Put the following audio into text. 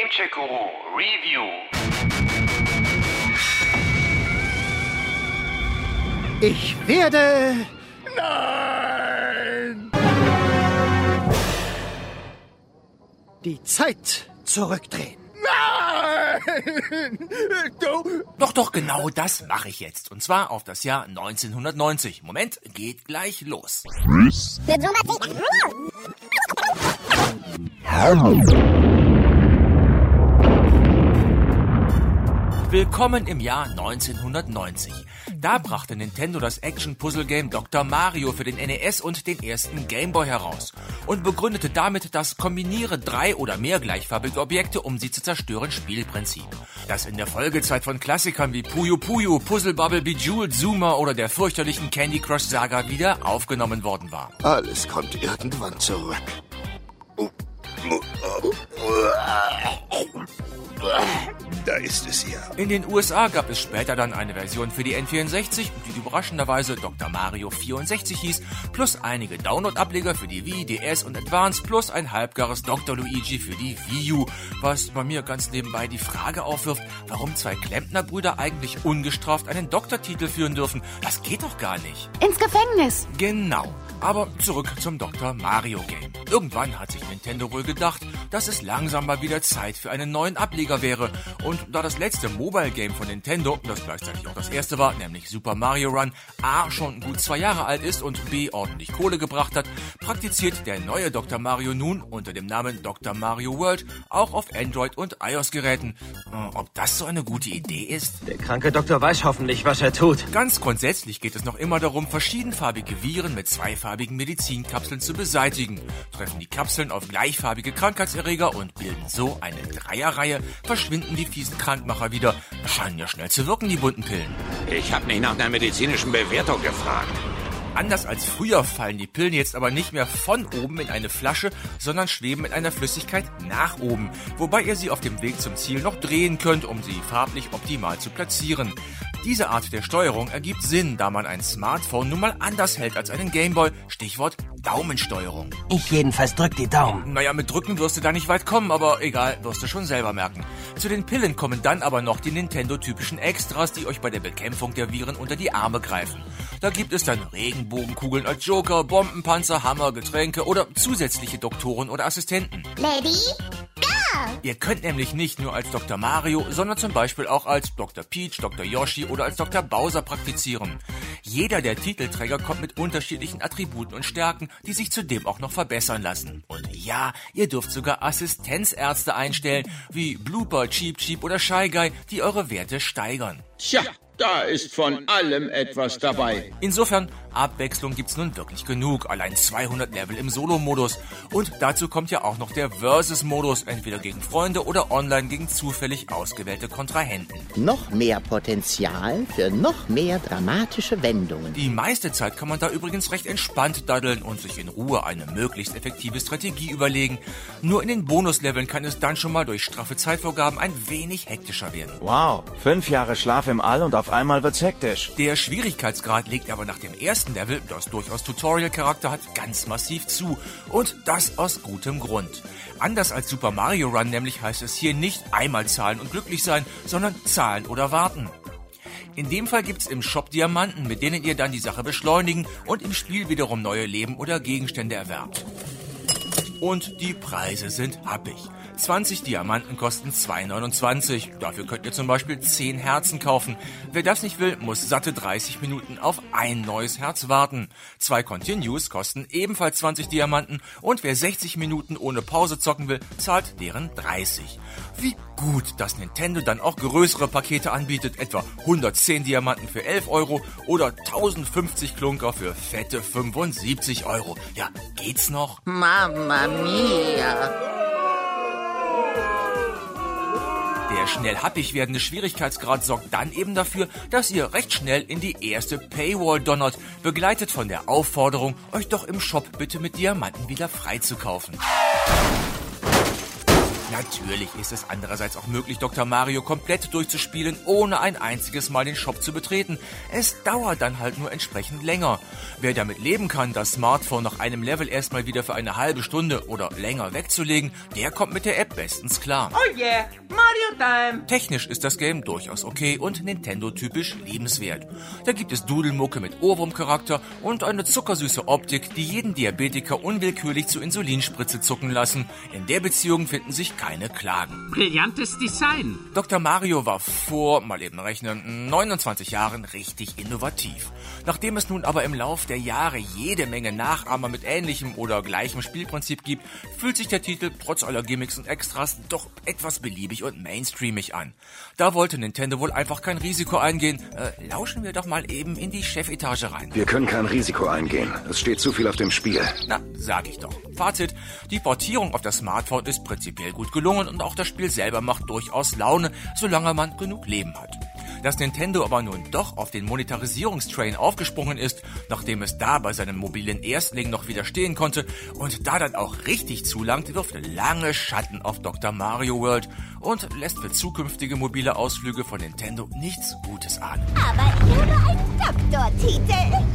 Gadget-Guru Review. Ich werde... Nein! die Zeit zurückdrehen. Nein! Du... Doch, genau das mache ich jetzt. Und zwar auf das Jahr 1990. Moment, geht gleich los. Willkommen im Jahr 1990. Da brachte Nintendo das Action-Puzzle-Game Dr. Mario für den NES und den ersten Game Boy heraus und begründete damit das Kombiniere 3 oder mehr gleichfarbige Objekte, um sie zu zerstören, Spielprinzip. Das in der Folgezeit von Klassikern wie Puyo Puyo, Puzzle Bubble, Bejeweled, Zuma oder der fürchterlichen Candy Crush Saga wieder aufgenommen worden war. Alles kommt irgendwann zurück. Da ist es ja. In den USA gab es später dann eine Version für die N64, die überraschenderweise Dr. Mario 64 hieß, plus einige Download-Ableger für die Wii, DS und Advance, plus ein halbgares Dr. Luigi für die Wii U, was bei mir ganz nebenbei die Frage aufwirft, warum zwei Klempnerbrüder eigentlich ungestraft einen Doktortitel führen dürfen. Das geht doch gar nicht. Ins Gefängnis. Genau. Aber zurück zum Dr. Mario Game. Irgendwann hat sich Nintendo wohl gedacht, dass es langsam mal wieder Zeit für einen neuen Ableger wäre. Und da das letzte Mobile Game von Nintendo, das gleichzeitig auch das erste war, nämlich Super Mario Run, A schon gut 2 Jahre alt ist und B ordentlich Kohle gebracht hat, praktiziert der neue Dr. Mario nun unter dem Namen Dr. Mario World auch auf Android- und iOS-Geräten. Ob das so eine gute Idee ist? Der kranke Doktor weiß hoffentlich, was er tut. Ganz grundsätzlich geht es noch immer darum, verschiedenfarbige Viren mit zweifarbigen Medizinkapseln zu beseitigen. Treffen die Kapseln auf gleichfarbige Krankheitserreger und bilden so eine Dreierreihe, verschwinden die fiesen Krankmacher wieder. Scheinen ja schnell zu wirken, die bunten Pillen. Ich habe nicht nach einer medizinischen Bewertung gefragt. Anders als früher fallen die Pillen jetzt aber nicht mehr von oben in eine Flasche, sondern schweben mit einer Flüssigkeit nach oben, wobei ihr sie auf dem Weg zum Ziel noch drehen könnt, um sie farblich optimal zu platzieren. Diese Art der Steuerung ergibt Sinn, da man ein Smartphone nun mal anders hält als einen Gameboy, Stichwort Daumensteuerung. Ich jedenfalls drück die Daumen. Naja, mit Drücken wirst du da nicht weit kommen, aber egal, wirst du schon selber merken. Zu den Pillen kommen dann aber noch die Nintendo-typischen Extras, die euch bei der Bekämpfung der Viren unter die Arme greifen. Da gibt es dann Regenbogenkugeln als Joker, Bombenpanzer, Hammer, Getränke oder zusätzliche Doktoren oder Assistenten. Lady, go! Ihr könnt nämlich nicht nur als Dr. Mario, sondern zum Beispiel auch als Dr. Peach, Dr. Yoshi oder als Dr. Bowser praktizieren. Jeder der Titelträger kommt mit unterschiedlichen Attributen und Stärken, die sich zudem auch noch verbessern lassen. Und ja, ihr dürft sogar Assistenzärzte einstellen, wie Blooper, Cheep Cheep oder Shy Guy, die eure Werte steigern. Tja, da ist von allem etwas dabei. Insofern, Abwechslung gibt's nun wirklich genug. Allein 200 Level im Solo-Modus. Und dazu kommt ja auch noch der Versus-Modus, entweder gegen Freunde oder online gegen zufällig ausgewählte Kontrahenten. Noch mehr Potenzial für noch mehr dramatische Wendungen. Die meiste Zeit kann man da übrigens recht entspannt daddeln und sich in Ruhe eine möglichst effektive Strategie überlegen. Nur in den Bonusleveln kann es dann schon mal durch straffe Zeitvorgaben ein wenig hektischer werden. Wow, 5 Jahre Schlaf im All und auf einmal wird's hektisch. Der Schwierigkeitsgrad legt aber nach dem ersten Level, das durchaus Tutorial-Charakter hat, ganz massiv zu. Und das aus gutem Grund. Anders als Super Mario Run nämlich heißt es hier nicht einmal zahlen und glücklich sein, sondern zahlen oder warten. In dem Fall gibt's im Shop Diamanten, mit denen ihr dann die Sache beschleunigen und im Spiel wiederum neue Leben oder Gegenstände erwerbt. Und die Preise sind happig. 20 Diamanten kosten 2,29. Dafür könnt ihr zum Beispiel 10 Herzen kaufen. Wer das nicht will, muss satte 30 Minuten auf ein neues Herz warten. 2 Continues kosten ebenfalls 20 Diamanten und wer 60 Minuten ohne Pause zocken will, zahlt deren 30. Wie gut, dass Nintendo dann auch größere Pakete anbietet, etwa 110 Diamanten für 11 Euro oder 1050 Klunker für fette 75 Euro. Ja, geht's noch? Mamma mia. Der schnell happig werdende Schwierigkeitsgrad sorgt dann eben dafür, dass ihr recht schnell in die erste Paywall donnert, begleitet von der Aufforderung, euch doch im Shop bitte mit Diamanten wieder freizukaufen. Natürlich ist es andererseits auch möglich, Dr. Mario komplett durchzuspielen, ohne ein einziges Mal den Shop zu betreten. Es dauert dann halt nur entsprechend länger. Wer damit leben kann, das Smartphone nach einem Level erstmal wieder für eine halbe Stunde oder länger wegzulegen, der kommt mit der App bestens klar. Oh yeah, Mario Time! Technisch ist das Game durchaus okay und Nintendo-typisch liebenswert. Da gibt es Dudelmucke mit Ohrwurmcharakter und eine zuckersüße Optik, die jeden Diabetiker unwillkürlich zur Insulinspritze zucken lassen. In der Beziehung finden sich keine Klagen. Brillantes Design. Dr. Mario war vor, mal eben rechnen, 29 Jahren richtig innovativ. Nachdem es nun aber im Lauf der Jahre jede Menge Nachahmer mit ähnlichem oder gleichem Spielprinzip gibt, fühlt sich der Titel trotz aller Gimmicks und Extras doch etwas beliebig und mainstreamig an. Da wollte Nintendo wohl einfach kein Risiko eingehen. Lauschen wir doch mal eben in die Chefetage rein. Wir können kein Risiko eingehen. Es steht zu viel auf dem Spiel. Na, sag ich doch. Fazit, die Portierung auf das Smartphone ist prinzipiell gut gelungen und auch das Spiel selber macht durchaus Laune, solange man genug Leben hat. Dass Nintendo aber nun doch auf den Monetarisierungstrain aufgesprungen ist, nachdem es da bei seinem mobilen Erstling noch widerstehen konnte und da dann auch richtig zulangt, wirft lange Schatten auf Dr. Mario World und lässt für zukünftige mobile Ausflüge von Nintendo nichts Gutes ahnen. Aber ich habe einen Doktortitel.